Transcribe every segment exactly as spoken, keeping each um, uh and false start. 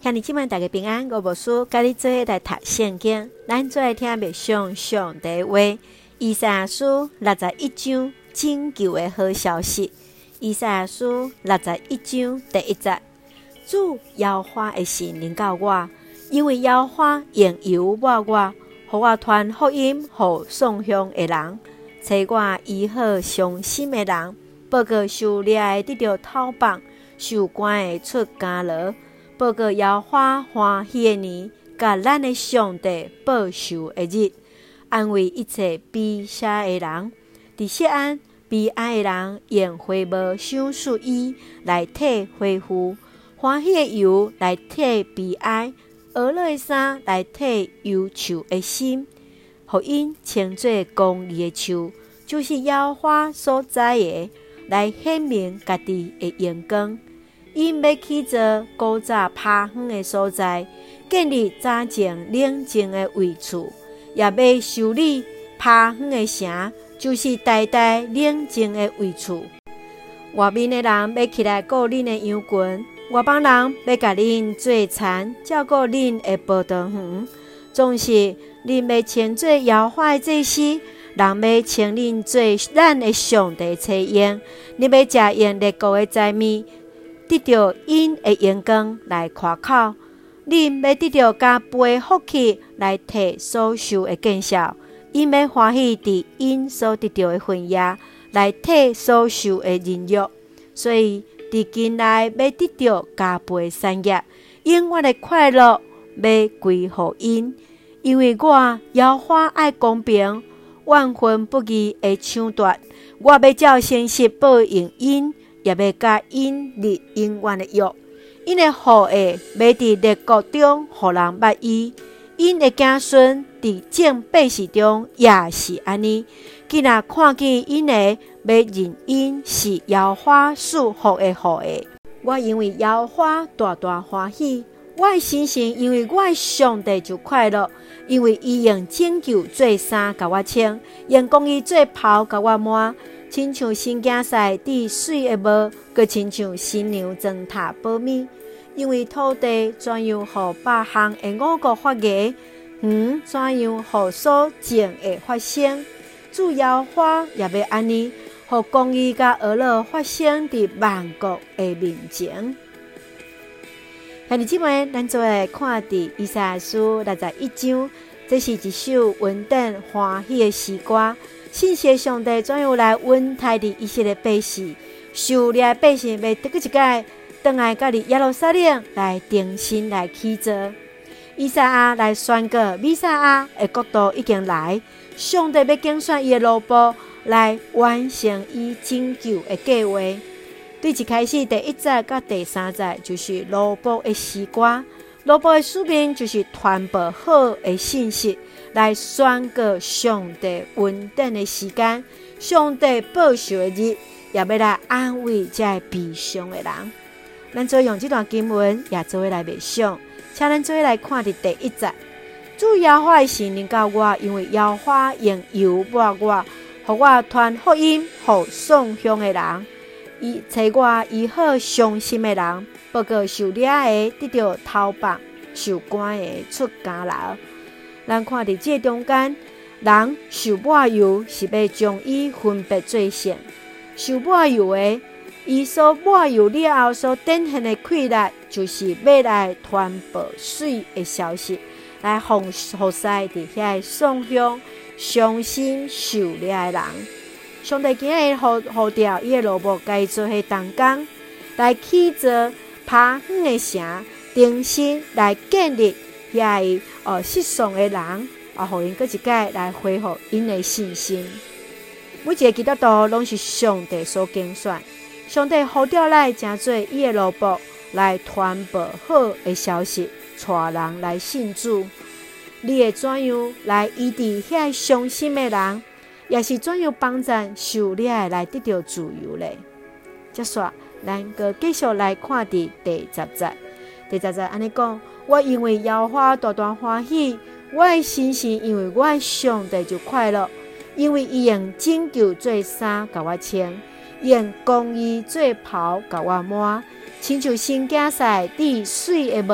兄弟姊妹大家平安，我无事，甲你做伙来读圣经，咱做来听默想上帝话。以赛亚书六十一章拯救的好消息。以赛亚书六十一章第一节：主耶和华的神临到我，因为耶和华用油抹我，互我传福音，互送乡的人，找我医好伤心的人，报告受掠的得到讨放，受关的出监牢。报告耶和华欢喜的年，甲咱的上帝报仇的日，安慰一切悲伤的人。伫锡安悲哀的人，用花帽想树衣来替恢复，欢喜的油来替悲哀，娱乐的衫来替忧愁的心，互因称作公义的树，就是耶和华所栽的，来显明家己的荣光。因要起造古早趴远的所在，建立早前冷静的位处，也要修理趴远的城，就是代代冷静的位处。外面的人要起来顾恁的羊群，外邦人要甲恁做田，照顾恁的葡萄园。总是恁要称做耶和华的祭司，人要称恁做咱的上帝采用。你要食用列国的财物，得到因的荣光来夸口，恁要得到加倍福气来替所受的见效，因要欢喜伫因所得到的份业，来替所受的仁辱。所以伫近来要得到加倍产业，永远的快乐要归乎因，因为我耶和华爱公平，万分不义的抢夺，我要照诚实报应因。也要甲因立永远的约，因的后裔要伫列国中互人捌伊，因的子孙伫众百姓中也是安尼。既然看见因的，要认因是耶和华赐福的后裔。我因为耶和华大大欢喜，我的心情因为我的上帝就快乐，因为伊用拯救做衫甲我穿，用公义做袍甲我抹。亲像新竞赛滴水的帽，佮亲像新娘装塔宝米。因为土地怎样互百项的五谷发芽，园怎样互所种的发生，主耶和华也要安尼，互公义甲娱乐发生伫万国的面前。兄弟姊妹，咱做来看伫以赛亚书六十一章，这是一首稳定欢喜的诗歌。信息上帝怎样来稳台伫以色列百姓，受掠百姓要得过一届，倒来甲伫耶路撒冷来重新来起造。以赛亚来宣告，弥赛亚的国度已经来，上帝要竞选伊的路步，来完成伊拯救的计划。对一开始第一节到第三节就是路步的诗歌，路步的使命就是传播好的信息。来宣告上帝稳定的时间，上帝报仇的日，也要来安慰这悲伤的人。咱做用这段经文，也做伙来默想，请咱做伙来看伫第一节。主耶和华的神临到我，因为耶和华用油抹我，互我传福音，互送乡的人，伊找我医好伤心的人，报告受掠的得到讨放，受关的出监牢。咱看伫这中间，人受抹油是要将伊分别做成，受抹油的，伊所抹油了后所展现的气力，就是要来传播水的消息，来奉服侍伫遐送乡伤心受掠的人。上帝今日呼呼调伊的罗幕，甲伊做伙同工，来起造趴远的城，重新来建立。遐呃失丧的人，啊，互因搁一届来恢复因的信心。每一个基督徒拢是上帝所拣选，上帝呼召来成做伊的路步，来传播好的消息，带人来信主。你会怎样来医治遐伤心的人，也是怎样帮助受掠的来得到自由呢？接续，咱搁继续来看伫第十节。第十节安尼讲。我因为耶和华大大欢喜，我的心情因为我的上帝就快乐，因为伊用拯救做衫甲我穿，用公义做袍甲我抹，亲像新竞赛滴水的帽，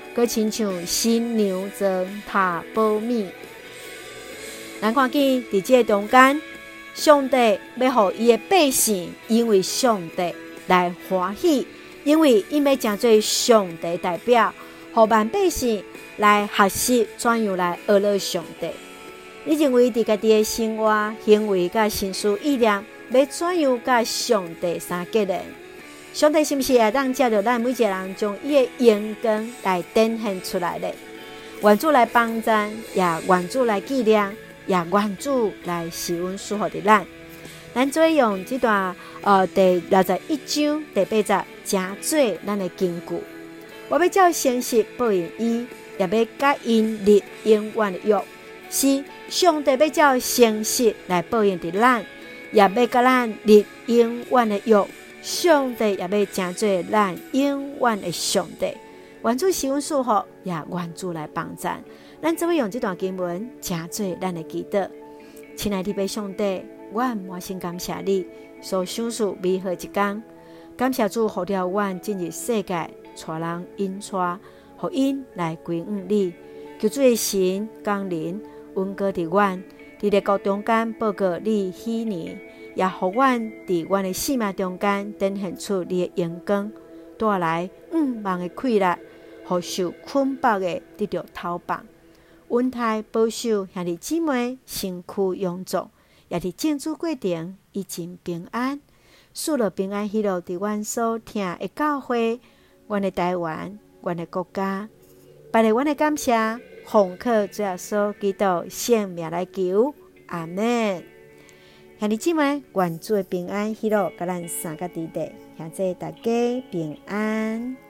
佮亲像新娘装塔保密。咱看见伫这中间，上帝要互伊的百姓，因为上帝来欢喜，因为伊要成做上帝代表，互万百姓来学习怎样来学乐上帝。你认为伫家己的生活、行为甲心思意念，要怎样甲上帝相结连？上帝是不是会当借着咱每一个人，将伊的荣光来展现出来咧？愿主来帮赞，也愿主来纪念，也愿主来施恩赐福伫咱。咱做用这段呃第六十一章第八节，诚做咱的根据。我要照诚实报应伊，也要甲因立永远的约。是上帝要照诚实来报应伫咱，也要甲咱立永远的约。上帝也要成做咱永远的上帝。愿主施恩赐福，也愿主来帮赞。咱怎么用这段经文成做咱的祈祷？亲爱的弟上帝，我满心感谢你所享受美好一天。感谢主，互了阮进入世界，带人引带，互因来归向你。求主的神降临，温哥伫阮，伫列国中间报告你喜年，也互阮伫阮的生命中间展现出你的阳光，带来五望的快乐，互受捆绑的得到逃放。恩待保守兄弟姊妹身躯永驻，也伫正主过程已经平安，赐落平安喜乐伫阮所听的教会，阮的台湾，阮的国家，拜了阮的感谢，奉靠主耶稣基督圣名来求，阿们。兄弟姊妹，愿主的平安喜乐，甲咱三个伫地，现在大家平安。